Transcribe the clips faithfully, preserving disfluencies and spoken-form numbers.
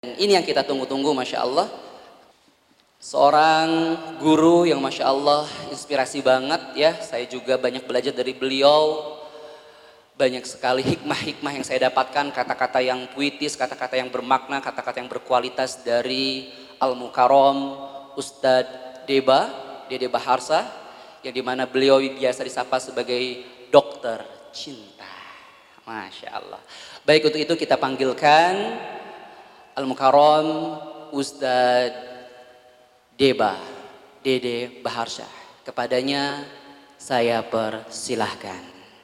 Ini yang kita tunggu-tunggu, Masya Allah. Seorang guru yang Masya Allah inspirasi banget ya. Saya juga banyak belajar dari beliau. Banyak sekali hikmah-hikmah yang saya dapatkan, kata-kata yang puitis, kata-kata yang bermakna, kata-kata yang berkualitas dari Al-Mukarram Ustadz Deba, Dede Baharsa, yang dimana beliau biasa disapa sebagai dokter cinta. Masya Allah. Baik, untuk itu kita panggilkan Al-Mukarram Ustadz Deba, Dede Baharsa. Kepadanya saya persilahkan.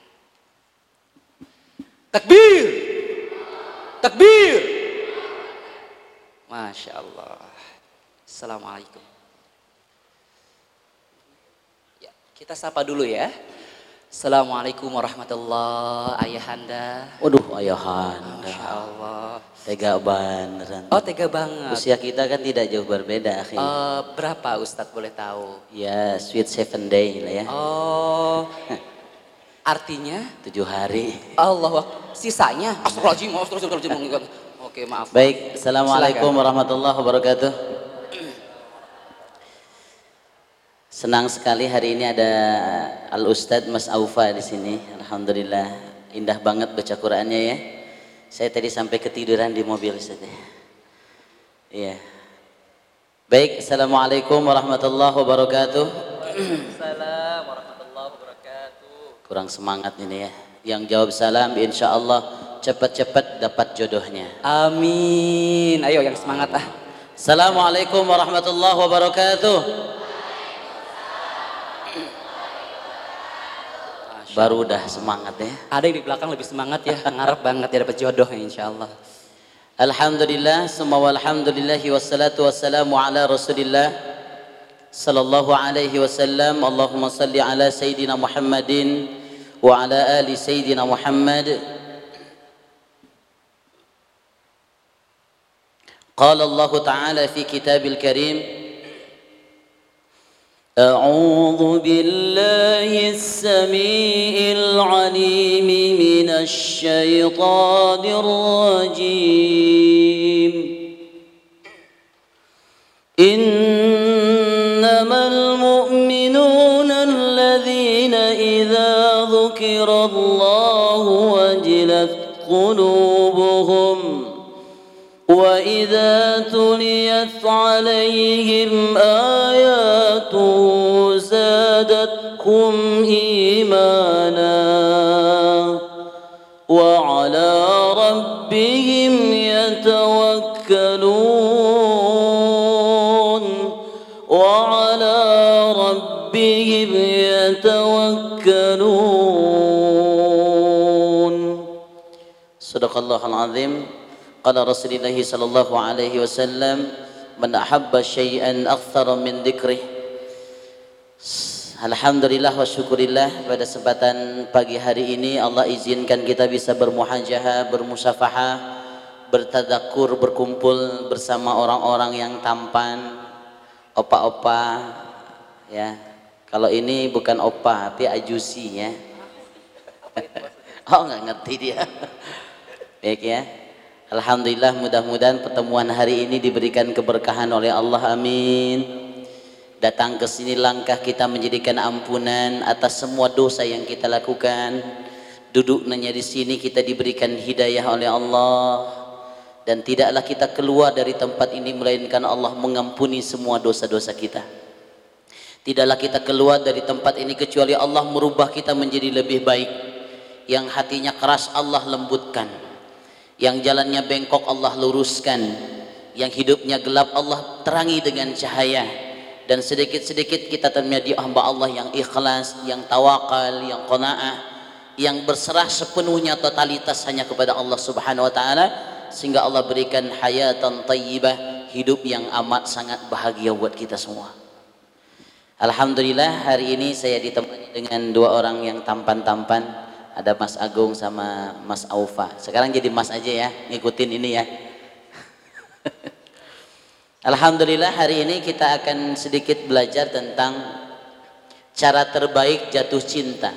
Takbir, takbir. Masya Allah. Assalamualaikum. Ya, kita sapa dulu ya. Assalamualaikum warahmatullahi ayahanda. Waduh, ayahanda. Masya Allah. Tega beneran. Oh, tega banget. Usia kita kan tidak jauh berbeda, akhi. Uh, berapa Ustadz boleh tahu? Ya, sweet seven day lah ya. Oh, artinya? Tujuh hari. Allah, sisanya? Astagfirullahaladzim, astagfirullahaladzim. Oke, maaf. Baik, assalamualaikum Silakan. warahmatullahi wabarakatuh. Senang sekali hari ini ada Al Ustadz Mas Aufa di sini. Alhamdulillah, indah banget baca Qur'annya ya. Saya tadi sampai ketiduran di mobil Ustadz. Iya. Baik, assalamualaikum warahmatullahi wabarakatuh. Waalaikumsalam warahmatullahi wabarakatuh. Kurang semangat ini ya. Yang jawab salam, insya Allah cepat-cepat dapat jodohnya. Amin. Ayo yang semangat ah. Assalamualaikum warahmatullahi wabarakatuh. Baru udah semangat ya. Ada yang di belakang lebih semangat ya, ngarep banget ya dapat jodoh ya insya Allah. Alhamdulillah, semua walhamdulillahi wassalatu wassalamu ala rasulillah sallallahu alaihi wasallam. Allahumma salli ala Sayyidina Muhammadin wa ala ali Sayyidina Muhammad. Qala Allah Ta'ala fi kitabil karim, أعوذ بالله السميع العليم من الشيطان الرجيم إنما المؤمنون الذين إذا ذكر الله وجلت قلوبهم وإذا تليت عليهم آياته زادتهم إيمانا وعلى ربهم يتوكلون وعلى ربهم يتوكلون صدق الله العظيم. قال رسول الله صلى الله عليه وسلم من أحب شيئا أكثر من ذكره. Alhamdulillah wa syukurillah, pada kesempatan pagi hari ini Allah izinkan kita bisa bermuhajahah, bermusafahah, bertadzakur, berkumpul bersama orang-orang yang tampan, opa-opa ya. Kalau ini bukan opa tapi ajusi ya. Oh, nggak ngerti dia. Baik ya. Alhamdulillah, mudah-mudahan pertemuan hari ini diberikan keberkahan oleh Allah, amin. Datang ke sini langkah kita menjadikan ampunan atas semua dosa yang kita lakukan. Duduk nanya di sini kita diberikan hidayah oleh Allah, dan tidaklah kita keluar dari tempat ini melainkan Allah mengampuni semua dosa-dosa kita. Tidaklah kita keluar dari tempat ini kecuali Allah merubah kita menjadi lebih baik. Yang hatinya keras Allah lembutkan, yang jalannya bengkok Allah luruskan, yang hidupnya gelap Allah terangi dengan cahaya. Dan sedikit-sedikit kita menjadi hamba Allah yang ikhlas, yang tawakal, yang qanaah, yang berserah sepenuhnya totalitas hanya kepada Allah Subhanahu wa taala, sehingga Allah berikan hayatan thayyibah, hidup yang amat sangat bahagia buat kita semua. Alhamdulillah, hari ini saya ditemani dengan dua orang yang tampan-tampan. Ada Mas Agung sama Mas Aufa. Sekarang jadi Mas aja ya, ngikutin ini ya. Alhamdulillah, hari ini kita akan sedikit belajar tentang cara terbaik jatuh cinta.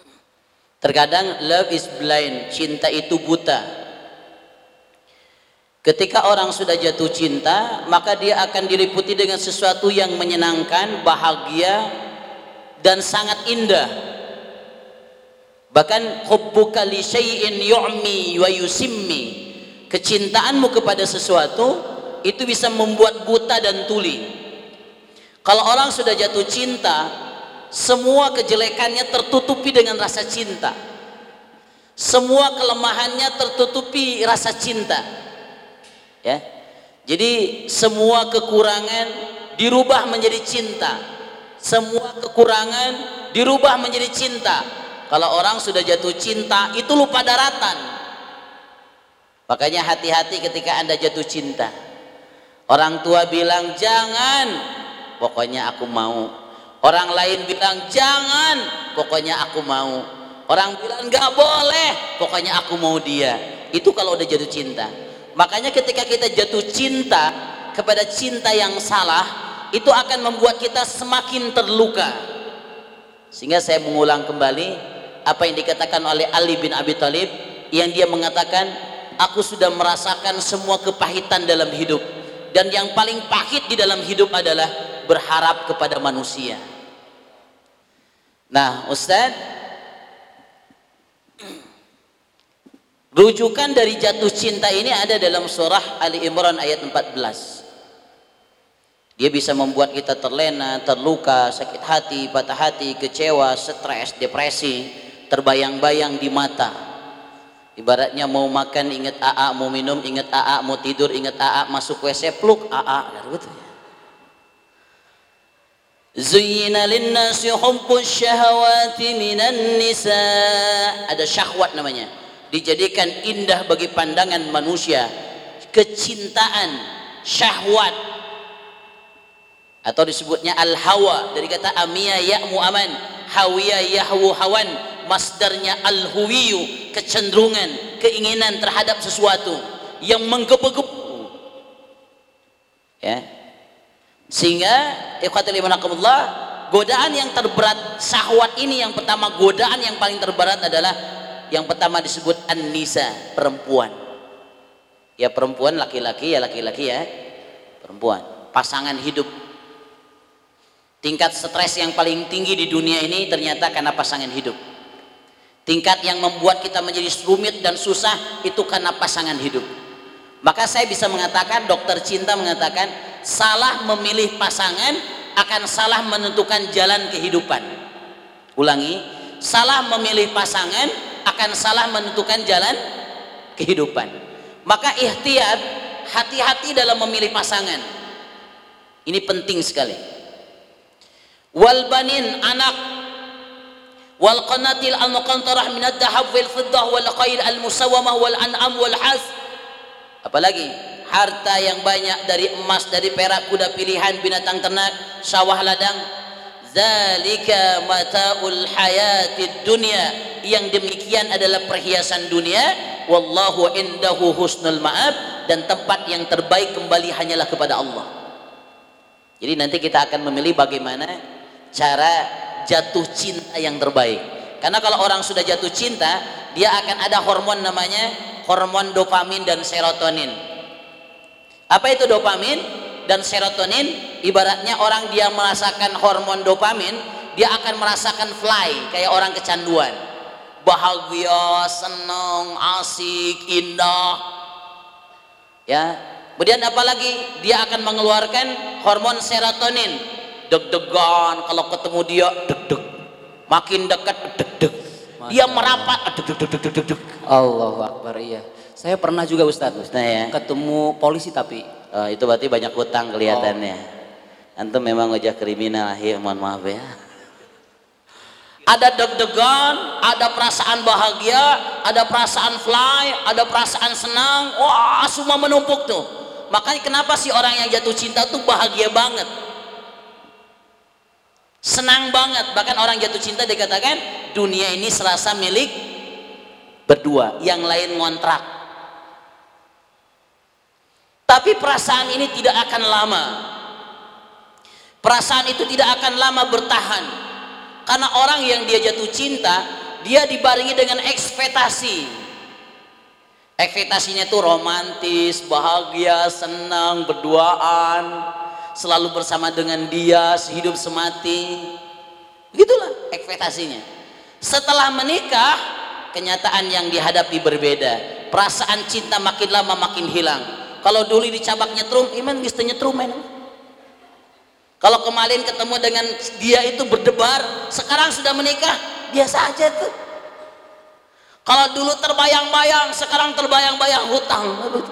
Terkadang love is blind, cinta itu buta. Ketika orang sudah jatuh cinta, maka dia akan diliputi dengan sesuatu yang menyenangkan, bahagia, dan sangat indah. Bahkan hubbuka li syai'in yu'mi wa yusimmi, kecintaanmu kepada sesuatu itu bisa membuat buta dan tuli. Kalau orang sudah jatuh cinta, semua kejelekannya tertutupi dengan rasa cinta, semua kelemahannya tertutupi rasa cinta, ya. Jadi semua kekurangan dirubah menjadi cinta, semua kekurangan dirubah menjadi cinta. Kalau orang sudah jatuh cinta, itu lupa daratan. Makanya hati-hati ketika Anda jatuh cinta. Orang tua bilang jangan, pokoknya aku mau. Orang lain bilang jangan, pokoknya aku mau. Orang bilang nggak boleh, pokoknya aku mau dia. Itu kalau udah jatuh cinta. Makanya ketika kita jatuh cinta kepada cinta yang salah, itu akan membuat kita semakin terluka. Sehingga saya mengulang kembali apa yang dikatakan oleh Ali bin Abi Thalib, yang dia mengatakan, aku sudah merasakan semua kepahitan dalam hidup, dan yang paling pahit di dalam hidup adalah berharap kepada manusia. Nah, Ustaz, rujukan dari jatuh cinta ini ada dalam surah Ali Imran ayat empat belas. Dia bisa membuat kita terlena, terluka, sakit hati, patah hati, kecewa, stres, depresi, terbayang-bayang di mata. Ibaratnya mau makan ingat A A, mau minum ingat A A, mau tidur ingat A A, masuk W C pluk A A, gitu ya. Zuyyina linnasi hubbus syahawati minan nisa. Ada syahwat namanya. Dijadikan indah bagi pandangan manusia. Kecintaan, syahwat, atau disebutnya al-hawa, dari kata amiya ya'mu aman, hawiya yahwu hawan, masdarnya al-huwiyu, kecenderungan, keinginan terhadap sesuatu yang menggebu-gebu, ya. Sehingga ikhwatul iman akumullah, godaan yang terberat syahwat ini, yang pertama, godaan yang paling terberat adalah yang pertama disebut an-nisa, perempuan. Ya perempuan, laki-laki ya laki-laki ya perempuan, pasangan hidup. Tingkat stres yang paling tinggi di dunia ini ternyata karena pasangan hidup. Tingkat yang membuat kita menjadi rumit dan susah itu karena pasangan hidup. Maka saya bisa mengatakan, dokter cinta mengatakan, salah memilih pasangan akan salah menentukan jalan kehidupan. Ulangi, salah memilih pasangan akan salah menentukan jalan kehidupan. Maka ihtiyat, hati-hati dalam memilih pasangan. Ini penting sekali. Wal banin, anak, wal qanatil al muqantarah min ad-dhahab wal fiddah wal qail al musawwamah wal an'am wal has. Apalagi harta yang banyak dari emas, dari perak, kuda pilihan, binatang ternak, sawah ladang. Zalika mata'ul hayatid dunya, yang demikian adalah perhiasan dunia. Wallahu indahu husnul ma'ab, dan tempat yang terbaik kembali hanyalah kepada Allah. Jadi nanti kita akan memilih bagaimana cara jatuh cinta yang terbaik. Karena kalau orang sudah jatuh cinta, dia akan ada hormon namanya hormon dopamin dan serotonin. Apa itu dopamin dan serotonin? Ibaratnya orang dia merasakan hormon dopamin, dia akan merasakan fly, kayak orang kecanduan, bahagia, senang, asik, indah, ya. Kemudian apalagi dia akan mengeluarkan hormon serotonin, deg-degan kalau ketemu dia, deg-deg, makin dekat deg-deg, dia merapat, deg-deg. Allahu Akbar. Iya, saya pernah juga Ustadz, Nah, ya. ketemu polisi tapi Oh, itu berarti banyak hutang kelihatannya. Oh. Antum memang wajah kriminal, ya, mohon maaf ya. Ada deg-degan, ada perasaan bahagia, ada perasaan fly, ada perasaan senang, wah semua menumpuk tuh. Makanya kenapa sih orang yang jatuh cinta tuh bahagia banget, senang banget. Bahkan orang jatuh cinta dikatakan dunia ini serasa milik berdua, yang lain ngontrak. Tapi perasaan ini tidak akan lama. Perasaan itu tidak akan lama bertahan. Karena orang yang dia jatuh cinta, dia dibarengi dengan ekspektasi. Ekspektasinya tuh romantis, bahagia, senang, berduaan, selalu bersama dengan dia, sehidup semati. Begitulah ekspektasinya. Setelah menikah, kenyataan yang dihadapi berbeda. Perasaan cinta makin lama makin hilang. Kalau dulu dicabak nyetrum, iman bisa nyetrum men. Kalau kemarin ketemu dengan dia itu berdebar, sekarang sudah menikah, biasa aja tuh. Kalau dulu terbayang-bayang, sekarang terbayang-bayang hutang.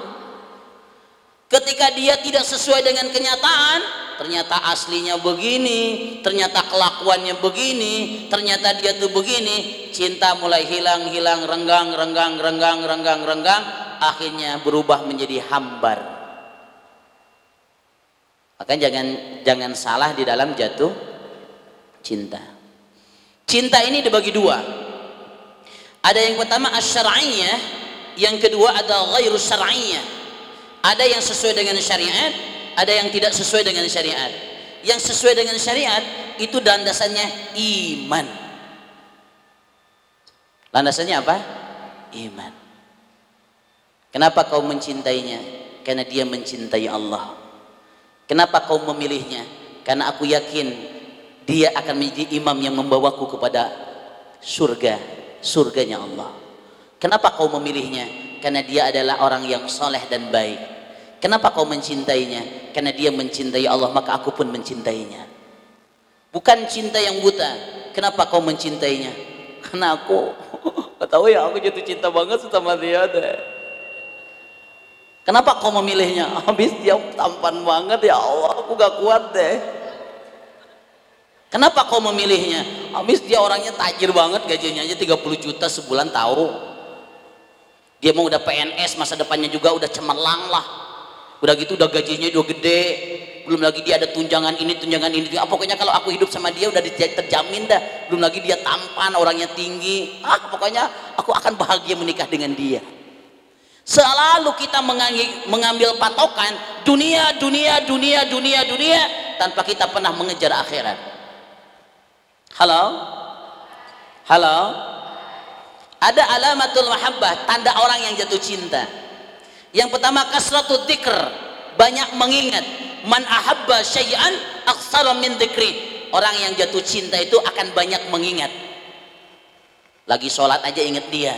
Ketika dia tidak sesuai dengan kenyataan, ternyata aslinya begini, ternyata kelakuannya begini, ternyata dia tuh begini, cinta mulai hilang, hilang, renggang, renggang, renggang, renggang, renggang, akhirnya berubah menjadi hambar. Maka jangan jangan salah di dalam jatuh cinta. Cinta ini dibagi dua. Ada yang pertama asy-syar'iyyah, yang kedua ada ghairu syar'iyyah. Ada yang sesuai dengan syariat, ada yang tidak sesuai dengan syariat. Yang sesuai dengan syariat itu landasannya iman. Landasannya apa? Iman. Kenapa kau mencintainya? Karena dia mencintai Allah. Kenapa kau memilihnya? Karena aku yakin dia akan menjadi imam yang membawaku kepada surga, surganya Allah. Kenapa kau memilihnya? Karena dia adalah orang yang soleh dan baik. Kenapa kau mencintainya? Karena dia mencintai Allah, maka aku pun mencintainya. Bukan cinta yang buta. Kenapa kau mencintainya? Karena aku gak tahu ya, aku jatuh cinta banget sama dia deh. Kenapa kau memilihnya? Habis dia tampan banget ya Allah, aku gak kuat deh. Kenapa kau memilihnya? Habis dia orangnya tajir banget, gajinya aja tiga puluh juta sebulan tahu. Dia mau udah P N S, masa depannya juga udah cemerlang lah. Udah gitu udah gajinya udah gede. Belum lagi dia ada tunjangan ini, tunjangan ini. Ah, pokoknya kalau aku hidup sama dia udah terjamin dah. Belum lagi dia tampan, orangnya tinggi. Ah, pokoknya aku akan bahagia menikah dengan dia. Selalu kita mengambil patokan dunia, dunia, dunia, dunia, dunia, tanpa kita pernah mengejar akhirat. Halo? Halo? Ada alamatul mahabbah, tanda orang yang jatuh cinta. Yang pertama kasratul dzikr, banyak mengingat. Man ahabba syai'an aktsara min dzikri. Orang yang jatuh cinta itu akan banyak mengingat. Lagi sholat aja ingat dia.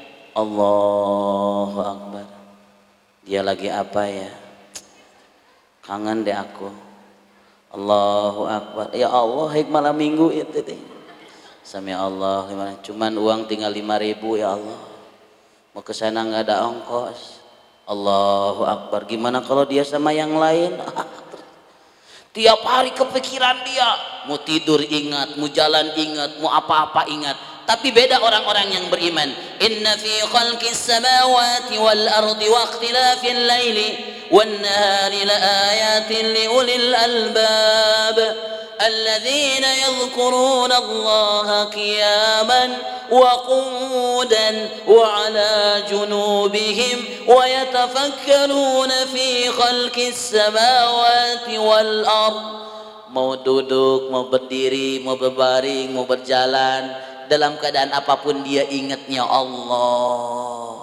Allahu Akbar. Dia lagi apa ya? Kangen deh aku. Allahu Akbar. Ya Allah, hik malam minggu itu deh. Sami Allah, gimana? Cuman uang tinggal lima ribu ya Allah. Mau ke sana nggak ada ongkos. Allahu Akbar. Gimana kalau dia sama yang lain? Tiap hari kepikiran dia. Mau tidur ingat, mau jalan ingat, mau apa-apa ingat. Tapi beda orang-orang yang beriman. Inna fi khalqis samawati wal ardi wa ikhtilafil laili wan nahari la ayatin li ulil albab alladzina yadhkuruna Allaha qiyaman wa qu'udan wa 'ala junubihim wa yatafakkaruna fi khalqis samawati wal ard. Mau duduk, mau berdiri, mau berbaring, mau berjalan, dalam keadaan apapun dia ingatnya Allah.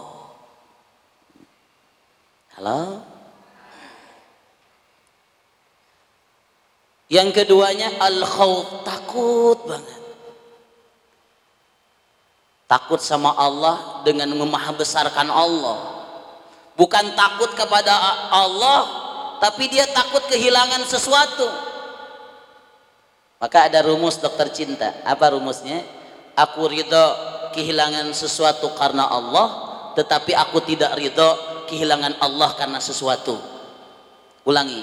Halo? Yang keduanya al-khawf, takut banget. Takut sama Allah dengan memahabesarkan Allah. Bukan takut kepada Allah, tapi dia takut kehilangan sesuatu. Maka ada rumus dokter cinta. Apa rumusnya? Aku ridho kehilangan sesuatu karena Allah, tetapi aku tidak ridho kehilangan Allah karena sesuatu. Ulangi.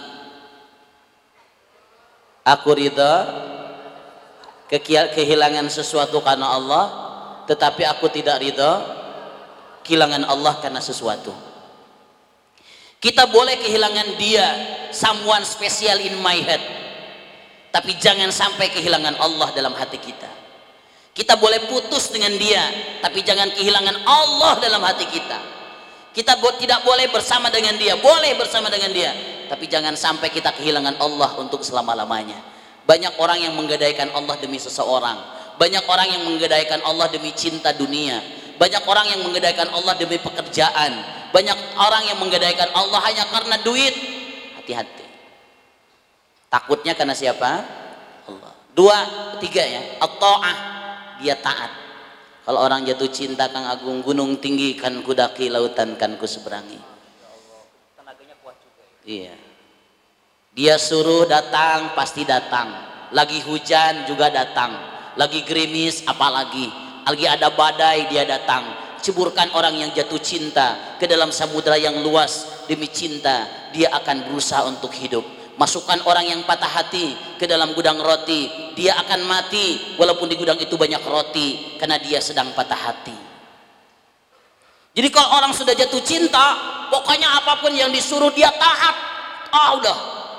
Aku ridho kehilangan sesuatu karena Allah, tetapi aku tidak ridho kehilangan Allah karena sesuatu. Kita boleh kehilangan dia, someone special in my head, tapi jangan sampai kehilangan Allah dalam hati kita. Kita boleh putus dengan dia, tapi jangan kehilangan Allah dalam hati kita. Kita bo tidak boleh bersama dengan dia, boleh bersama dengan dia, tapi jangan sampai kita kehilangan Allah untuk selama-lamanya. Banyak orang yang menggadaikan Allah demi seseorang, banyak orang yang menggadaikan Allah demi cinta dunia, Banyak orang yang menggadaikan Allah demi pekerjaan, banyak orang yang menggadaikan Allah hanya karena duit. Hati-hati, takutnya karena siapa? Allah. Dua, tiga ya, at-ta'ah, dia taat. Kalau orang jatuh cinta, Kang Agung, gunung tinggi kan kudaki, lautan kan ku seberangi. Tenaganya kuat juga ya. Iya, dia suruh datang pasti datang, lagi hujan juga datang, lagi gerimis apalagi, lagi ada badai dia datang. Ceburkan orang yang jatuh cinta ke dalam samudra yang luas demi cinta, dia akan berusaha untuk hidup. Masukkan orang yang patah hati ke dalam gudang roti, dia akan mati walaupun di gudang itu banyak roti, karena dia sedang patah hati. Jadi kalau orang sudah jatuh cinta, pokoknya apapun yang disuruh dia taat. Ah udah,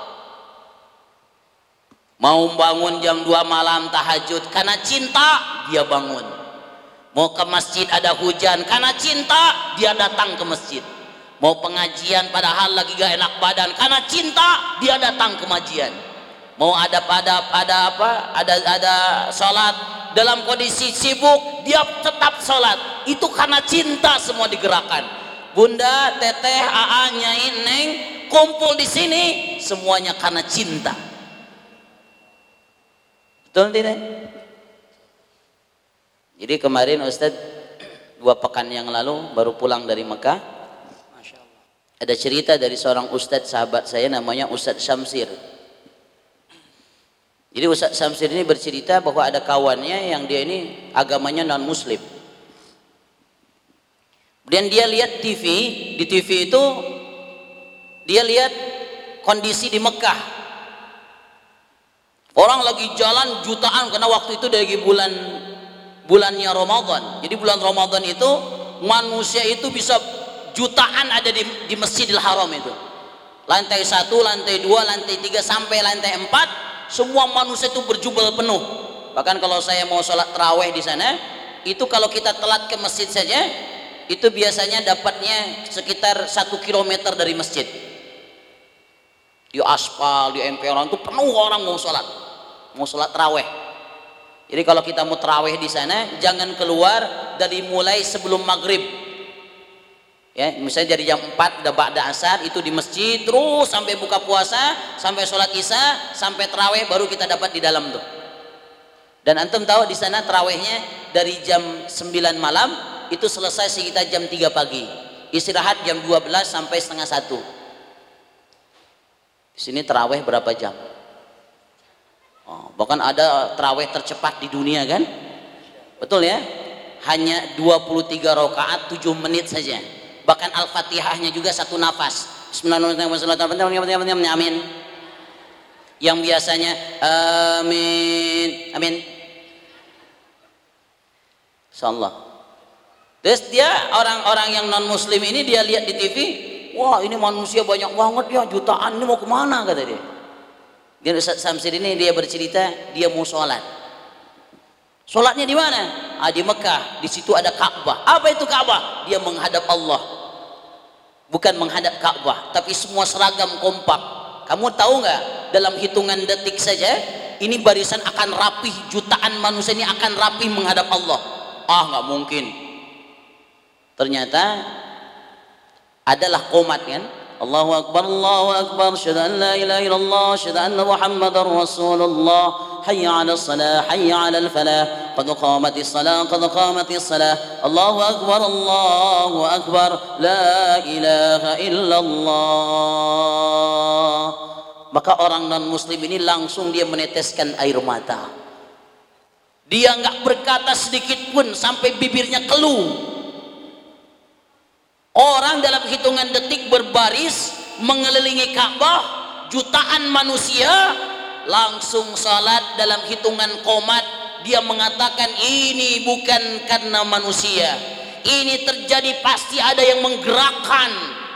mau bangun jam dua malam tahajud karena cinta dia bangun, mau ke masjid ada hujan karena cinta dia datang ke masjid, mau pengajian padahal lagi gak enak badan karena cinta dia datang ke pengajian, mau ada pada ada apa ada ada sholat dalam kondisi sibuk dia tetap sholat, itu karena cinta semua digerakkan. Bunda, teteh, aa, nyai, neng kumpul di sini semuanya karena cinta. Betul tidak? Jadi kemarin Ustadz dua pekan yang lalu baru pulang dari Mekah. Masya Allah. Ada cerita dari seorang Ustadz sahabat saya namanya Ustadz Syamsir. Jadi Ustadz Syamsir ini bercerita bahwa ada kawannya yang dia ini agamanya non muslim. Kemudian dia lihat T V, di T V itu dia lihat kondisi di Mekah. Orang lagi jalan jutaan karena waktu itu dari bulan bulannya Ramadan. Jadi bulan Ramadan itu manusia itu bisa jutaan ada di, di Masjidil Haram itu. Lantai satu, lantai dua, lantai tiga sampai lantai empat, semua manusia itu berjubel penuh. Bahkan kalau saya mau sholat taraweh di sana, itu kalau kita telat ke masjid saja, itu biasanya dapatnya sekitar satu kilometer dari masjid. Di aspal, di emperan itu penuh orang mau sholat, mau sholat taraweh. Jadi kalau kita mau taraweh di sana, jangan keluar dari mulai sebelum maghrib. Ya, misalnya dari jam empat udah ba'da asar itu di masjid terus sampai buka puasa, sampai sholat isya, sampai taraweh baru kita dapat di dalam tuh. Dan antum tahu di sana tarawehnya dari jam sembilan malam itu selesai sekitar jam tiga pagi. Istirahat jam dua belas sampai setengah satu. Di sini taraweh berapa jam? Oh, bahkan ada taraweh tercepat di dunia kan? Betul ya? Hanya dua puluh tiga rakaat tujuh menit saja. Bahkan Al-Fatihahnya juga satu nafas. Bismillahirrahmanirrahim. Amin. Yang biasanya amin, amin. Insyaallah. Terus dia orang-orang yang non muslim ini dia lihat di T V, wah ini manusia banyak banget ya, jutaan, ini mau kemana kata dia. Dia Ustaz Syamsir ini dia bercerita dia mau sholat. Sholatnya di mana? Ah, di Mekah. Di situ ada Ka'bah. Apa itu Ka'bah? Dia menghadap Allah. Bukan menghadap Ka'bah, tapi semua seragam kompak. Kamu tahu nggak? Dalam hitungan detik saja, ini barisan akan rapih, jutaan manusia ini akan rapih menghadap Allah. Ah, nggak mungkin. Ternyata adalah qomat kan? Allahu Akbar, Allahu Akbar, syahadu an la ilaha illallah, syahadu anna Muhammadar Rasulullah, hayya 'alas salah, hayya 'alal falah, qad qamatis salah, qad qamatis salah, Allahu Akbar, Allahu Akbar, la ilaha illallah. Maka orang non muslim ini langsung dia meneteskan air mata. Dia nggak berkata sedikit pun sampai bibirnya keluh. Orang dalam hitungan detik berbaris mengelilingi Ka'bah, jutaan manusia langsung salat dalam hitungan qomat. Dia mengatakan ini bukan karena manusia, ini terjadi pasti ada yang menggerakkan.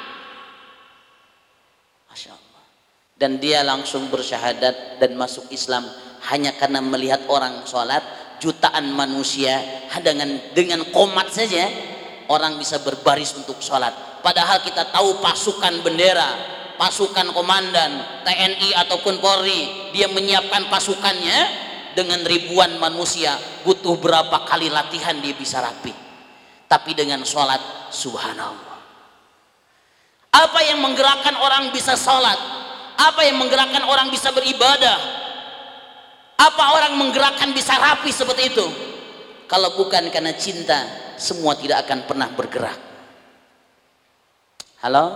Masya Allah. Dan dia langsung bersyahadat dan masuk Islam hanya karena melihat orang salat, jutaan manusia dengan dengan qomat saja orang bisa berbaris untuk sholat. Padahal kita tahu pasukan bendera, pasukan komandan T N I ataupun Polri, dia menyiapkan pasukannya dengan ribuan manusia, butuh berapa kali latihan dia bisa rapi. tapi dengan sholat, subhanallah. Apa yang menggerakkan orang bisa sholat? Apa yang menggerakkan orang bisa beribadah? Apa orang menggerakkan bisa rapi seperti itu? Kalau bukan karena cinta, semua tidak akan pernah bergerak. Halo?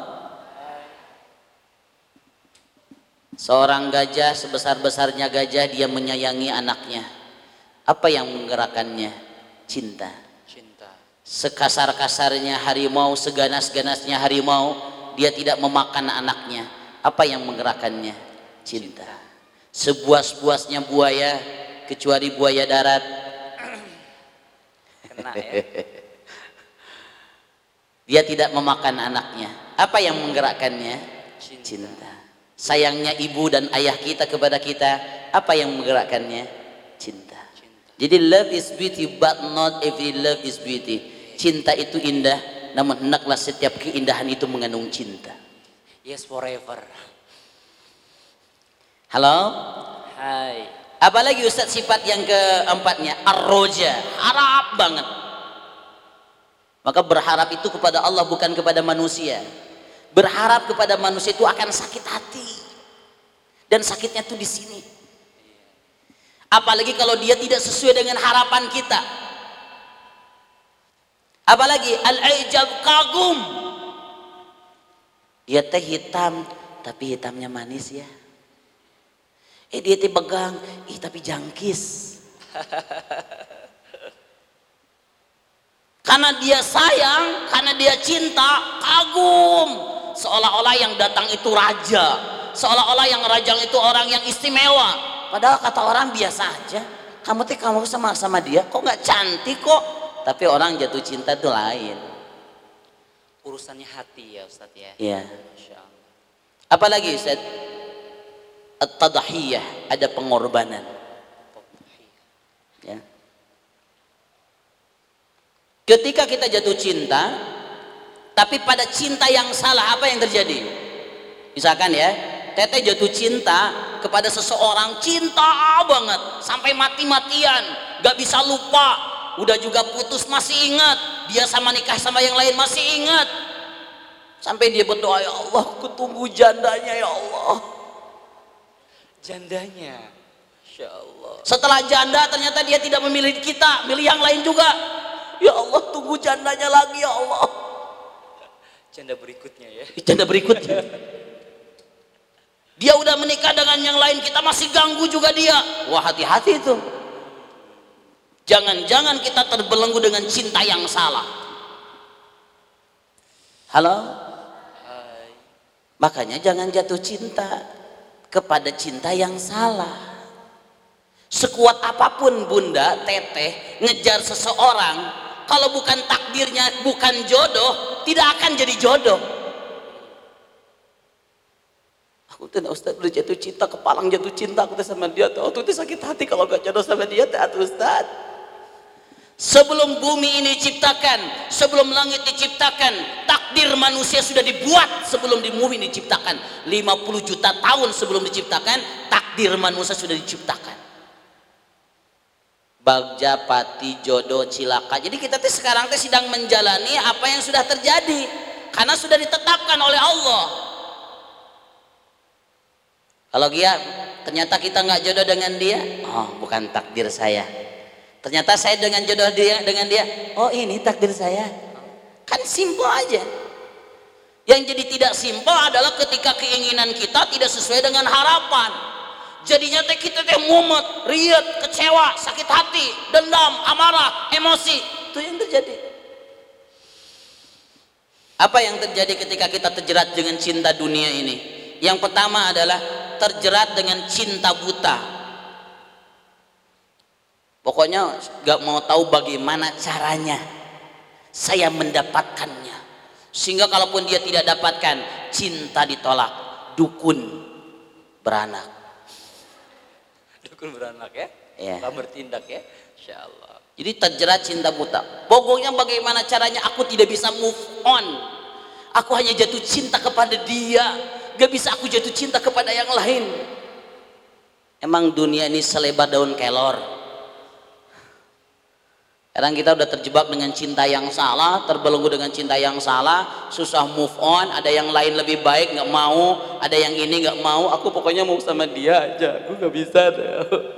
Seorang gajah, sebesar-besarnya gajah, dia menyayangi anaknya. Apa yang menggerakkannya? Cinta. Cinta. Sekasar-kasarnya harimau, seganas-ganasnya harimau, dia tidak memakan anaknya. Apa yang menggerakkannya? Cinta. Sebuas-buasnya buaya, kecuali buaya darat, Kena ya. dia tidak memakan anaknya. Apa yang menggerakkannya? Cinta. Cinta. Sayangnya ibu dan ayah kita kepada kita, apa yang menggerakkannya? Cinta. Cinta. Jadi love is beauty, but not every love is beauty. Cinta itu indah, namun hendaklah setiap keindahan itu mengandung cinta. Yes, forever. Halo? Hai. Apalagi Ustadz sifat yang keempatnya, ar-roja, harap banget. Maka berharap itu kepada Allah, bukan kepada manusia. Berharap kepada manusia itu akan sakit hati, dan sakitnya tuh di sini. Apalagi kalau dia tidak sesuai dengan harapan kita. Apalagi al-ijab, kagum. Dia teh hitam, tapi hitamnya manis ya. Eh dia teh pegang, ih tapi jangkis. Karena dia sayang, karena dia cinta, kagum. Seolah-olah yang datang itu raja, seolah-olah yang raja itu orang yang istimewa. Padahal kata orang biasa aja. Kamu teh kamu sama sama dia, kok nggak cantik kok? Tapi orang jatuh cinta itu lain. Urusannya hati ya Ustadz ya. Iya. Masya Allah. Apalagi Ustaz? At-tadhiyah, ada pengorbanan. Ya. Ketika kita jatuh cinta, tapi pada cinta yang salah, apa yang terjadi? Misalkan ya, Teteh jatuh cinta kepada seseorang, cinta banget sampai mati-matian, gak bisa lupa, udah juga putus masih ingat, dia sama nikah sama yang lain masih ingat, sampai dia berdoa, ya Allah, aku tunggu jandanya ya Allah. Jandanya, Insya Allah. Setelah janda ternyata dia tidak memilih kita, milih yang lain juga. Ya Allah, tunggu jandanya lagi ya Allah. Janda berikutnya ya. Janda berikutnya. Dia udah menikah dengan yang lain, kita masih ganggu juga dia. Wah, hati-hati itu. Jangan-jangan kita terbelenggu dengan cinta yang salah. Halo? Hai. Makanya jangan jatuh cinta kepada cinta yang salah. Sekuat apapun bunda, teteh ngejar seseorang, kalau bukan takdirnya, bukan jodoh, tidak akan jadi jodoh. Aku tuh Ustaz udah jatuh cinta, kepalang jatuh cinta aku tuh sama dia tuh. Aku tuh sakit hati kalau gak jodoh sama dia tuh Ustaz. Sebelum bumi ini diciptakan, sebelum langit diciptakan, takdir manusia sudah dibuat sebelum di bumi diciptakan. lima puluh juta tahun sebelum diciptakan, takdir manusia sudah diciptakan. Bagja, pati, jodoh, cilaka. Jadi kita tuh sekarang tuh sedang menjalani apa yang sudah terjadi, karena sudah ditetapkan oleh Allah. Kalau dia ternyata kita nggak jodoh dengan dia, oh bukan takdir saya. Ternyata saya dengan jodoh dia dengan dia, oh ini takdir saya. Kan simpel aja. Yang jadi tidak simpel adalah ketika keinginan kita tidak sesuai dengan harapan. Jadinya teh kita teh mumet, riet, kecewa, sakit hati, dendam, amarah, emosi. Itu yang terjadi. Apa yang terjadi ketika kita terjerat dengan cinta dunia ini? Yang pertama adalah terjerat dengan cinta buta. Pokoknya gak mau tahu bagaimana caranya saya mendapatkannya, sehingga kalaupun dia tidak dapatkan, cinta ditolak. Dukun beranak. Dukun beranak ya. Ya. Gak bertindak ya. Insya Allah. Jadi terjerat cinta buta. Pokoknya bagaimana caranya aku tidak bisa move on. Aku hanya jatuh cinta kepada dia, gak bisa aku jatuh cinta kepada yang lain. Emang dunia ini selebar daun kelor. Sekarang kita udah terjebak dengan cinta yang salah, terbelenggu dengan cinta yang salah, susah move on. Ada yang lain lebih baik nggak mau, ada yang ini nggak mau. Aku pokoknya mau sama dia aja, aku nggak bisa deh.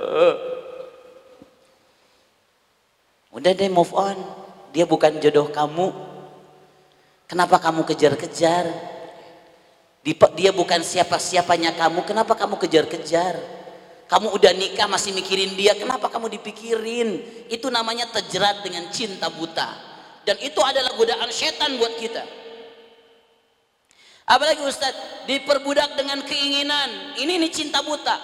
Udah deh move on, dia bukan jodoh kamu. Kenapa kamu kejar-kejar? Dia bukan siapa-siapanya kamu, kenapa kamu kejar-kejar? Kamu udah nikah masih mikirin dia, kenapa kamu dipikirin? Itu namanya terjerat dengan cinta buta. Dan itu adalah godaan setan buat kita. Apalagi Ustadz, diperbudak dengan keinginan. Ini nih cinta buta.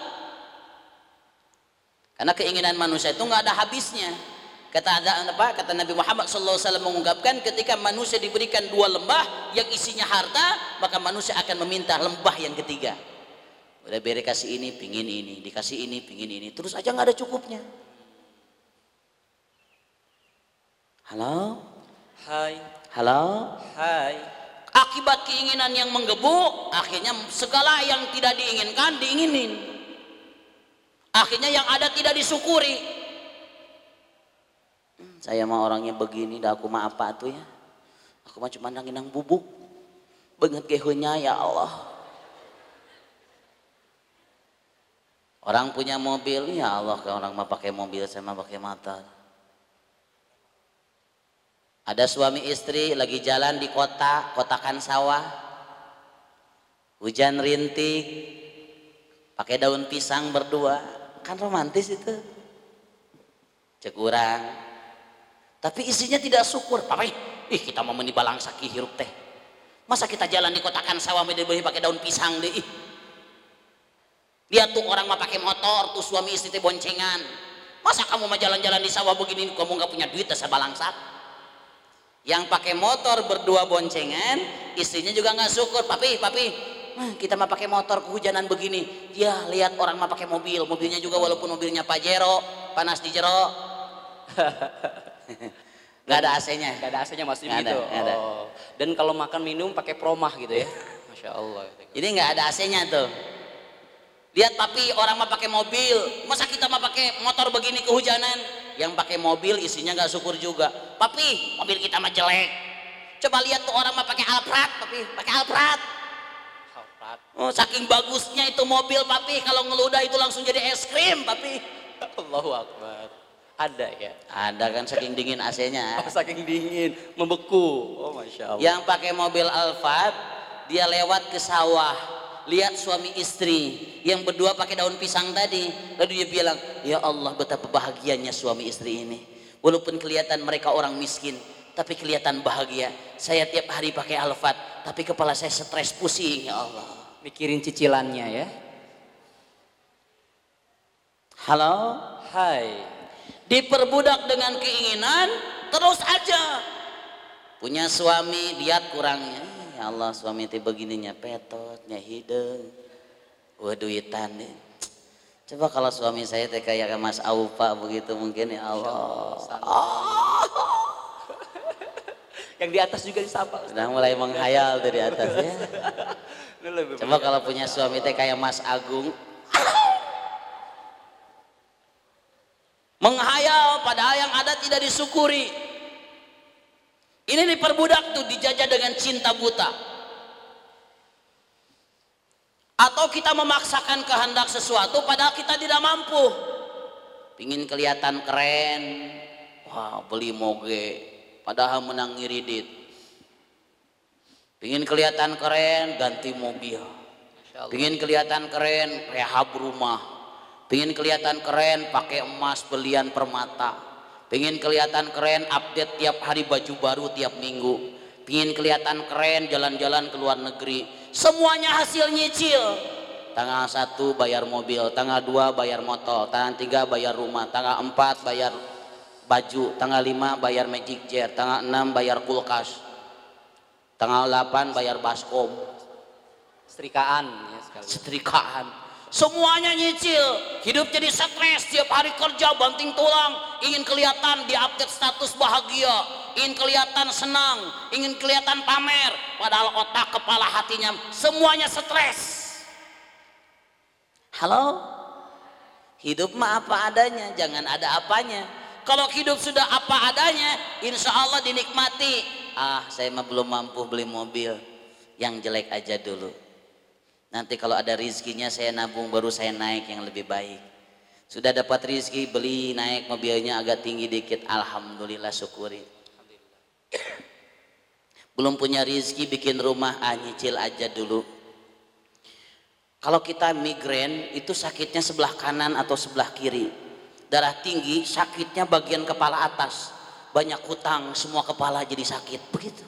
Karena keinginan manusia itu nggak ada habisnya. Kata ada apa? Kata Nabi Muhammad shallallahu alaihi wasallam mengungkapkan, ketika manusia diberikan dua lembah yang isinya harta, maka manusia akan meminta lembah yang ketiga. Udah beri kasih ini, pingin ini, dikasih ini, pingin ini, terus aja nggak ada cukupnya. Halo? Hai. Halo? Hai. Akibat keinginan yang menggebu, akhirnya segala yang tidak diinginkan diinginin. Akhirnya yang ada tidak disyukuri. Hmm, saya mah orangnya begini, dah aku mah apa tuh ya? Aku mah cuma nang bubuk. Banget gehenya ya Allah. Orang punya mobil, ya Allah, kalau orang mah pakai mobil, saya mah pakai motor. Ada suami istri lagi jalan di kota, kotakan sawah, hujan rintik, pakai daun pisang berdua, kan romantis itu. Cek urang. Tapi isinya tidak syukur. Papai, ih kita mau menibalang saki hirup teh. Masa kita jalan di kotakan sawah beli pakai daun pisang deh. Ih. Lihat tuh orang mah pakai motor, tuh suami istri boncengan. Masa kamu mah jalan-jalan di sawah begini, kamu nggak punya duit dasar balangsak? Yang pakai motor berdua boncengan, istrinya juga nggak syukur. Papi, papi, kita mah pakai motor kehujanan begini. Ya lihat orang mah pakai mobil, mobilnya juga walaupun mobilnya Pajero, panas di jero. Nggak ada A C-nya. Nggak ada A C-nya maksudnya gitu. Ada. Oh. Dan kalau makan minum pakai promah gitu ya. Masya Allah. Jadi nggak ada A C-nya tuh. Lihat papi, orang mah pakai mobil, masa kita mah pakai motor begini kehujanan? Yang pakai mobil isinya nggak syukur juga. Papi, mobil kita mah jelek. Coba lihat tuh orang mah pakai Alphard, papi, pakai Alphard. Alphard. Oh, saking bagusnya itu mobil papi, kalau ngeludah itu langsung jadi es krim, papi. Allahu Akbar. Ada ya? Ada kan, saking dingin A C-nya. Oh, saking dingin, membeku. Oh masya Allah. Yang pakai mobil Alphard, dia lewat ke sawah. Lihat suami istri yang berdua pakai daun pisang tadi, lalu dia bilang, ya Allah betapa bahagianya suami istri ini. Walaupun kelihatan mereka orang miskin, tapi kelihatan bahagia. Saya tiap hari pakai Alphard, tapi kepala saya stres pusing, ya Allah. Mikirin cicilannya ya. Halo? Hai. Diperbudak dengan keinginan, terus aja. Punya suami, lihat kurangnya. Ya Allah, suami teh begininya petotnya hidung, wah duitan nih. Coba kalau suami saya teh kayak Mas Aufa begitu mungkin, ya Allah. Oh. Yang di atas juga disapa. Sudah mulai menghayal dari atas ya. Coba kalau punya suami teh kayak Mas Agung. Menghayal padahal yang ada tidak disyukuri. Ini diperbudak tuh, dijajah dengan cinta buta. Atau kita memaksakan kehendak sesuatu padahal kita tidak mampu. Pingin kelihatan keren, wah beli moge, padahal menang iridit. Pingin kelihatan keren, ganti mobil. Pingin kelihatan keren, rehab rumah. Pingin kelihatan keren, pakai emas belian permata. Pengen kelihatan keren, update tiap hari baju baru tiap minggu. Pengen kelihatan keren, jalan-jalan ke luar negeri. Semuanya hasil nyicil. Tanggal satu bayar mobil, tanggal dua bayar motor, tanggal tiga bayar rumah, tanggal empat bayar baju, tanggal lima bayar magic jet, tanggal enam bayar kulkas, tanggal delapan bayar baskom. Setrikaan ya sekali. Setrikaan. Semuanya nyicil, hidup jadi stres, tiap hari kerja banting tulang, ingin kelihatan di update status bahagia, ingin kelihatan senang, ingin kelihatan pamer, padahal otak, kepala, hatinya semuanya stres. Halo? Hidup mah apa adanya, jangan ada apanya. Kalau hidup sudah apa adanya, insya Allah dinikmati. Ah, saya mah belum mampu beli mobil, yang jelek aja dulu. Nanti kalau ada rizkinya saya nabung, baru saya naik yang lebih baik. Sudah dapat rizki, beli naik mobilnya agak tinggi dikit, alhamdulillah, syukuri. Belum punya rizki bikin rumah, ah nyicil aja dulu. Kalau kita migrain itu sakitnya sebelah kanan atau sebelah kiri. Darah tinggi sakitnya bagian kepala atas, banyak hutang semua kepala jadi sakit, begitu.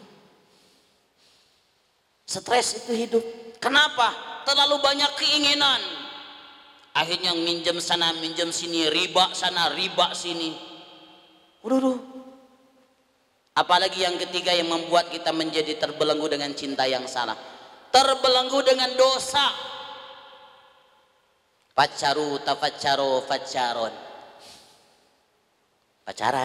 Stres itu hidup. Kenapa? Terlalu banyak keinginan, akhirnya minjem sana minjem sini, riba sana riba sini. Udah, apalagi yang ketiga yang membuat kita menjadi terbelenggu dengan cinta yang salah, terbelenggu dengan dosa. Pacaru tafacaro facaron, pacaran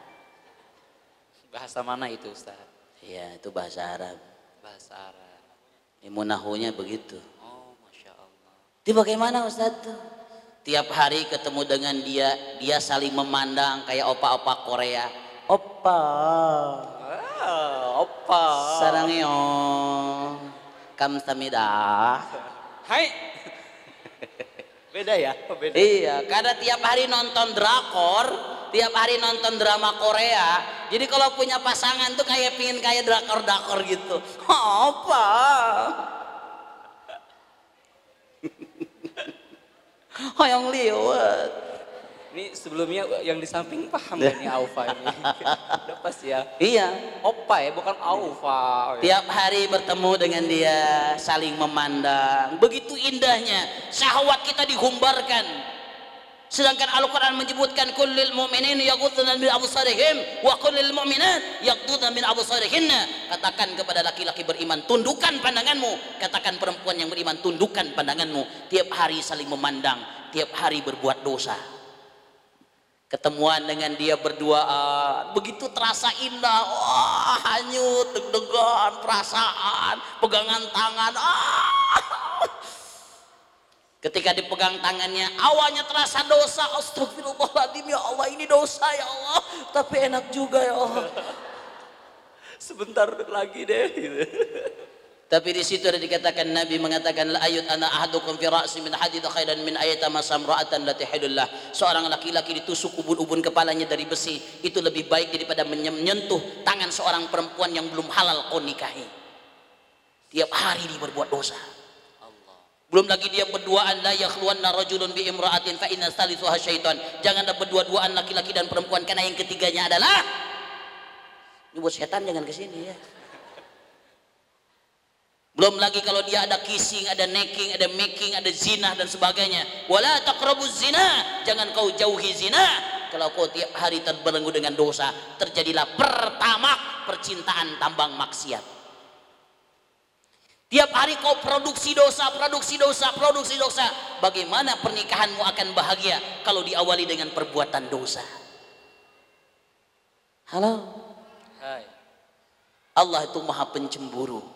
Bahasa mana itu Ustaz? ya itu bahasa Arab. Bahasa Arab. Ilmu nahunya begitu. Oh, Masya Allah. Itu bagaimana Ustaz tuh? Tiap hari ketemu dengan dia, dia saling memandang kayak opa-opa Korea. Opa, Ah, opa. sarangyo, kamsahamnida. Hai. Beda ya? Beda. Iya, karena tiap hari nonton drakor, tiap hari nonton drama Korea. Jadi kalau punya pasangan tuh kayak pingin kayak drakor-drakor gitu. Apa? Hoyong liwat. Ini sebelumnya yang di samping paham gak nih Aufa ini? Udah pas ya. Iya. Opa ya, bukan Aufa. Tiap hari bertemu dengan dia, saling memandang. Begitu indahnya, syahwat kita dihumbarkan. Sedangkan Al-Quran menyebutkan kullil mu'minin yaghudduna min absarihim wa kullil mu'minat yaghudduna min absarihinna. Katakan kepada laki-laki beriman, tundukkan pandanganmu. Katakan perempuan yang beriman, tundukkan pandanganmu. Tiap hari saling memandang, tiap hari berbuat dosa. Ketemuan dengan dia berduaan, begitu terasa indah. Wah, hanyut, deg-degan, perasaan, pegangan tangan. Ah. Ketika dipegang tangannya, awalnya terasa dosa. Astagfirullahaladzim, ya Allah, ini dosa ya Allah. Tapi enak juga ya Allah. Sebentar lagi deh. Tapi di situ ada dikatakan, Nabi mengatakan, la ayut ana ahadukum fi ra'si min hadid khairan min ayatama samra'atan la tahidullah. Seorang laki-laki ditusuk ubun-ubun kepalanya dari besi, itu lebih baik daripada menyentuh tangan seorang perempuan yang belum halal kau nikahi. Tiap hari dia berbuat dosa. Belum lagi dia berduaan, la yakhluwanna rajulun bi imra'atin fa inna thalithuha syaitan. Janganlah berdua-duaan laki-laki dan perempuan, karena yang ketiganya adalah, ini buat setan, jangan kesini ya. Belum lagi kalau dia ada kissing, ada necking, ada making, ada zina dan sebagainya. Wala taqrabuz zina, jangan kau jauhi zina. Kalau kau tiap hari terbelenggu dengan dosa, terjadilah pertama percintaan tambang maksiat. Tiap hari kau produksi dosa, produksi dosa, produksi dosa. Bagaimana pernikahanmu akan bahagia kalau diawali dengan perbuatan dosa? Halo. Hai. Allah itu maha pencemburu.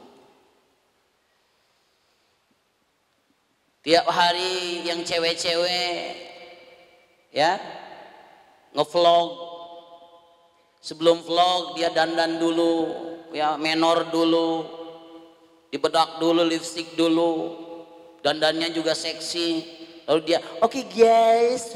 Tiap hari yang cewek-cewek ya ngevlog, sebelum vlog dia dandan dulu ya, menor dulu, dibedak dulu, lipstick dulu, dandannya juga seksi, lalu dia oke okay guys,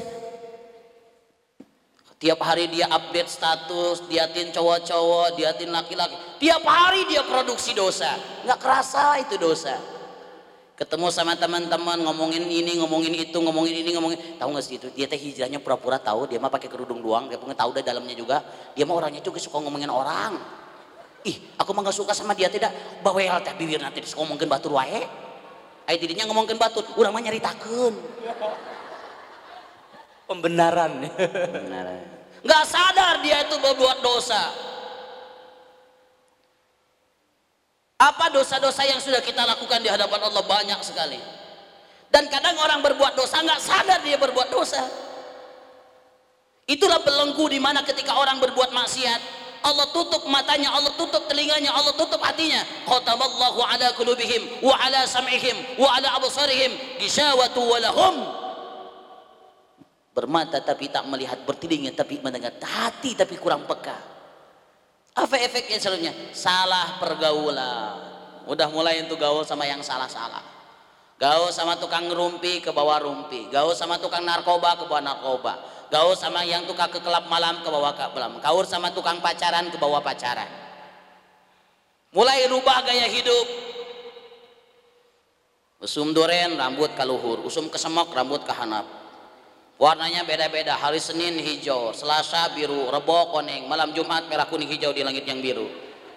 tiap hari dia update status, diatin cowok-cowok, diatin laki-laki, tiap hari dia produksi dosa, nggak kerasa itu dosa. Ketemu sama teman-teman ngomongin ini, ngomongin itu, ngomongin ini, ngomongin, tahu nggak sih itu? Dia teh hijrahnya pura-pura tahu, dia mah pakai kerudung doang, dia punya tahu dah dalamnya juga. Dia mah orangnya juga suka ngomongin orang. Ih, aku mah nggak suka sama dia, tidak bawel teh bibir nanti ngomongin batur wae. Ai tidinya ngomongin batur, urang mah nyaritakeun. Pembenaran. Benar. Nggak sadar dia itu berbuat dosa. Apa dosa-dosa yang sudah kita lakukan di hadapan Allah? Banyak sekali. Dan kadang orang berbuat dosa nggak sadar dia berbuat dosa. Itulah belenggu di mana ketika orang berbuat maksiat, Allah tutup matanya, Allah tutup telinganya, Allah tutup hatinya. Khatamallahu ala qulubihim wa ala sam'ihim wa ala absarihim ghishawatu wa lahum. bermata tapi tak melihat, bertelinga tapi mendengar, hati tapi kurang peka. Apa efeknya selanjutnya? Salah pergaulan. Udah mulai untuk gaul sama yang salah-salah. Gaul sama tukang rumpi ke bawah rumpi, gaul sama tukang narkoba ke bawah narkoba, gaul sama yang tukang ke kelab malam ke bawah ke malam, gaul sama tukang pacaran ke bawah pacaran. Mulai rubah gaya hidup. Usum duren rambut kaluhur, usum kesemok rambut kahanap. Warnanya beda-beda. Hari Senin hijau, Selasa biru, Rebo kuning, malam Jumat merah kuning hijau di langit yang biru.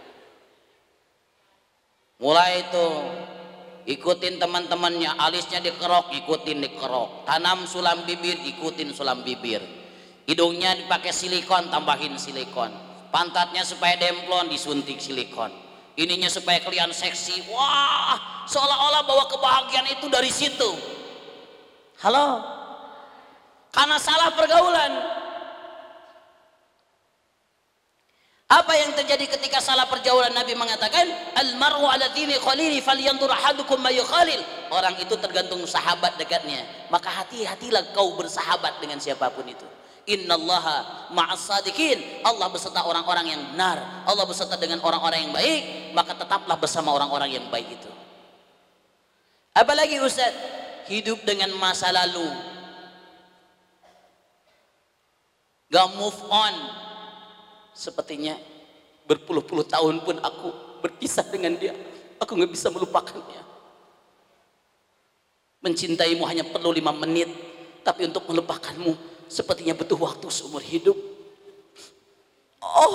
Mulai itu ikutin teman-temannya, alisnya dikerok, ikutin dikerok. Tanam sulam bibir, ikutin sulam bibir. Hidungnya dipakai silikon, tambahin silikon. Pantatnya supaya demplon, disuntik silikon. Ininya supaya kelihatan seksi. Wah, seolah-olah bahwa kebahagiaan itu dari situ. Halo? Karena salah pergaulan. Apa yang terjadi ketika salah pergaulan? Nabi mengatakan, al-mar'u ala dini khalili falyanzur ahadukum ma yukhalil. Orang itu tergantung sahabat dekatnya. Maka hati-hatilah kau bersahabat dengan siapapun itu. Innallaha ma'as sadiqin. Allah beserta orang-orang yang benar. Allah beserta dengan orang-orang yang baik. Maka tetaplah bersama orang-orang yang baik itu. Apalagi Ustaz? Hidup dengan masa lalu, gak move on. Sepertinya berpuluh-puluh tahun pun aku berpisah dengan dia, aku gak bisa melupakannya. Mencintaimu hanya perlu lima menit, tapi untuk melupakanmu sepertinya butuh waktu seumur hidup. Oh,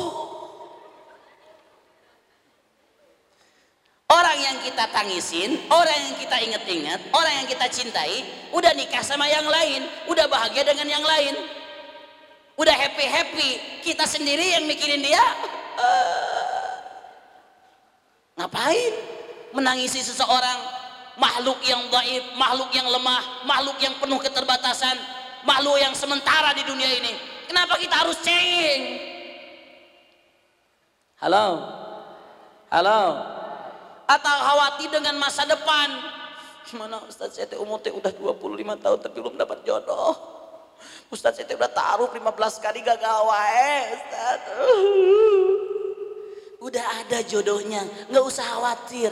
orang yang kita tangisin, orang yang kita ingat-ingat, orang yang kita cintai, udah nikah sama yang lain, udah bahagia dengan yang lain, udah happy-happy, kita sendiri yang mikirin dia. uh, ngapain menangisi seseorang, makhluk yang dhaif, makhluk yang lemah, makhluk yang penuh keterbatasan, makhluk yang sementara di dunia ini. Kenapa kita harus cengeng? Halo, halo, atau khawatir dengan masa depan? Gimana Ustaz, saya umur udah dua puluh lima tahun tapi belum dapat jodoh. Ustaz, saya udah taruh lima belas kali gagal wae Ustaz. Udah ada jodohnya, nggak usah khawatir.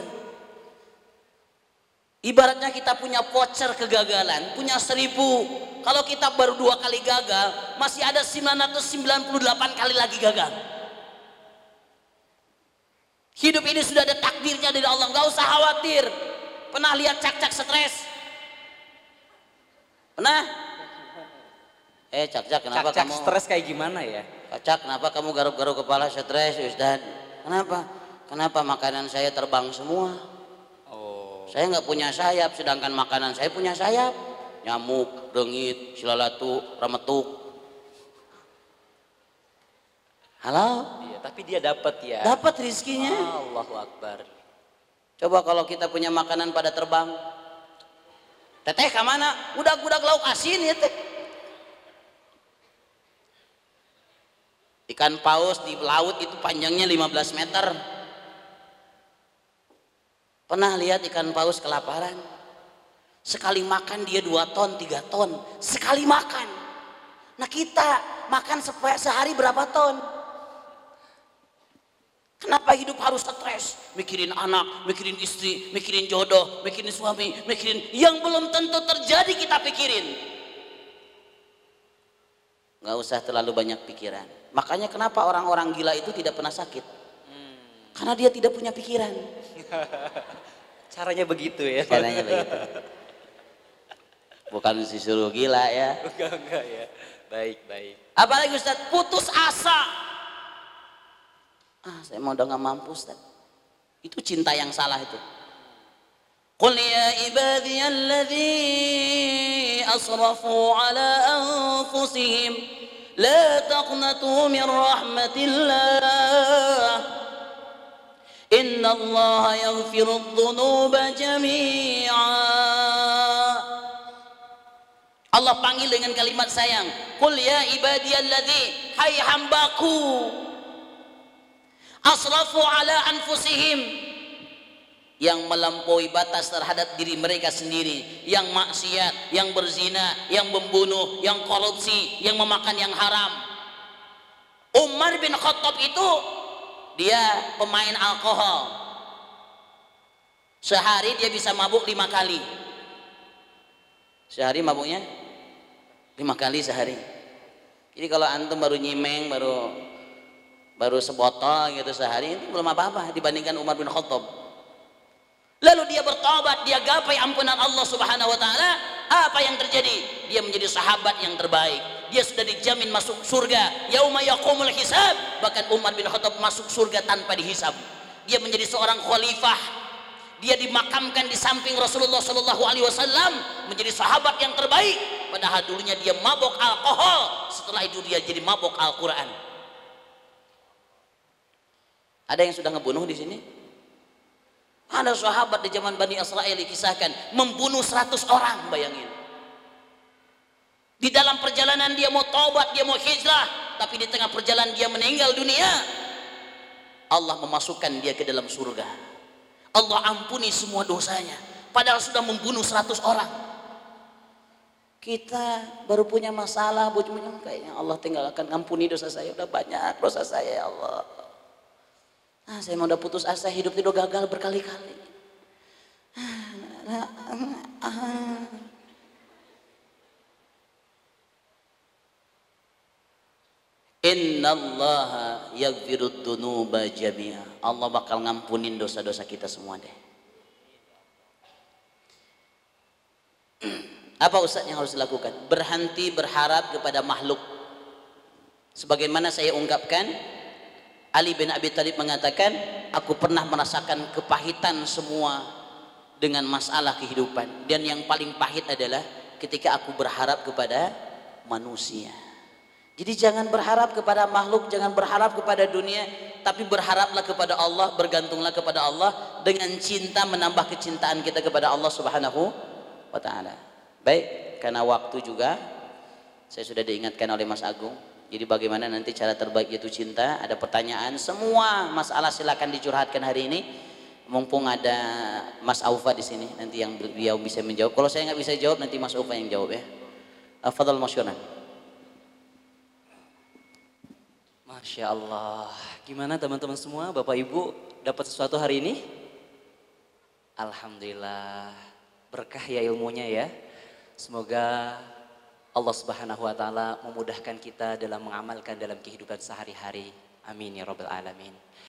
Ibaratnya kita punya voucher kegagalan, punya seribu. Kalau kita baru dua kali gagal, masih ada sembilan ratus sembilan puluh delapan kali lagi gagal. Hidup ini sudah ada takdirnya dari Allah, nggak usah khawatir. Pernah lihat cak-cak stres? Pernah? Eh cak-cak, kenapa Cak-cak kamu stres kayak gimana ya? Cak, kenapa kamu garuk-garuk kepala stres Ustaz? Kenapa? Kenapa makanan saya terbang semua? Oh, Saya nggak punya sayap, sedangkan makanan saya punya sayap. Nyamuk, rengit, silalatu, rametuk. Halo? iya, tapi dia dapat ya. Dapat rizkinya. Allahu Akbar. Coba kalau kita punya makanan pada terbang. Teteh kemana? Udah-udah lauk asin ya teh. Ikan paus di laut itu panjangnya lima belas meter. Pernah lihat ikan paus kelaparan? Sekali makan dia dua ton, tiga ton. Sekali makan. Nah kita makan sehari berapa ton? Kenapa hidup harus stres? Mikirin anak, mikirin istri, mikirin jodoh, mikirin suami, mikirin yang belum tentu terjadi kita pikirin. Nggak usah terlalu banyak pikiran. Makanya kenapa orang-orang gila itu tidak pernah sakit? Hmm. Karena dia tidak punya pikiran. Caranya begitu ya? Caranya begitu. Bukan disuruh gila ya. Enggak, enggak ya. Baik, baik. Apalagi Ustaz, putus asa. Ah, saya mau udah nggak mampu Ustaz. Itu cinta yang salah itu. Qul ya ibadiyalladzi asrafu ala anfusihim la taqnatu min rahmatillah. Innallaha yaghfiru dzunuba jami'a. Allah panggil dengan kalimat sayang. Qul ya ibadiyalladzi, hai hambaku, asrafu ala anfusihim, yang melampaui batas terhadap diri mereka sendiri, yang maksiat, yang berzina, yang membunuh, yang korupsi, yang memakan yang haram. Umar bin Khattab itu dia pemain alkohol. Sehari dia bisa mabuk lima kali. Sehari mabuknya lima kali sehari. Jadi kalau antum baru nyimeng, baru baru sebotol gitu sehari, itu belum apa-apa dibandingkan Umar bin Khattab. Lalu dia bertobat, dia gapai ampunan Allah Subhanahu wa taala. Apa yang terjadi? Dia menjadi sahabat yang terbaik. Dia sudah dijamin masuk surga. Yauma yaqumul hisab. Bahkan Umar bin Khattab masuk surga tanpa dihisab. Dia menjadi seorang khalifah. Dia dimakamkan di samping Rasulullah sallallahu alaihi wasallam, menjadi sahabat yang terbaik. Padahal dulunya dia mabok alkohol, setelah itu dia jadi mabok Al-Qur'an. Ada yang sudah ngebunuh di sini? Ada sahabat di zaman Bani Israel dikisahkan membunuh seratus orang, bayangin. Di dalam perjalanan dia mau taubat, dia mau hijrah, tapi di tengah perjalanan dia meninggal dunia. Allah memasukkan dia ke dalam surga. Allah ampuni semua dosanya, padahal sudah membunuh seratus orang. Kita baru punya masalah, bujurnya kayaknya Allah tinggalkan, ampuni dosa saya, udah banyak dosa saya ya Allah. Ah, saya mau udah putus asa, hidup itu udah gagal berkali-kali. Ah, ah, ah. Innallaha yaghfirud dzunuba jami'a. Allah bakal ngampunin dosa-dosa kita semua deh. Apa Ustaz yang harus dilakukan? Berhenti berharap kepada makhluk. Sebagaimana saya ungkapkan, Ali bin Abi Thalib mengatakan, aku pernah merasakan kepahitan semua dengan masalah kehidupan, dan yang paling pahit adalah ketika aku berharap kepada manusia. Jadi jangan berharap kepada makhluk, jangan berharap kepada dunia, tapi berharaplah kepada Allah, bergantunglah kepada Allah, dengan cinta menambah kecintaan kita kepada Allah Subhanahu wa taala. Baik, karena waktu juga saya sudah diingatkan oleh Mas Agung. Jadi bagaimana nanti cara terbaik itu cinta? Ada pertanyaan, semua masalah silakan dicurhatkan hari ini. Mumpung ada Mas Aufa di sini, nanti yang beliau bisa menjawab. Kalau saya nggak bisa jawab, nanti Mas Aufa yang jawab ya. Fadhal masyaran. Masya Allah. Gimana teman-teman semua, Bapak Ibu, dapat sesuatu hari ini? Alhamdulillah. Berkah ya ilmunya ya. Semoga Allah Subhanahu wa taala memudahkan kita dalam mengamalkan dalam kehidupan sehari-hari. Amin ya rabbal alamin.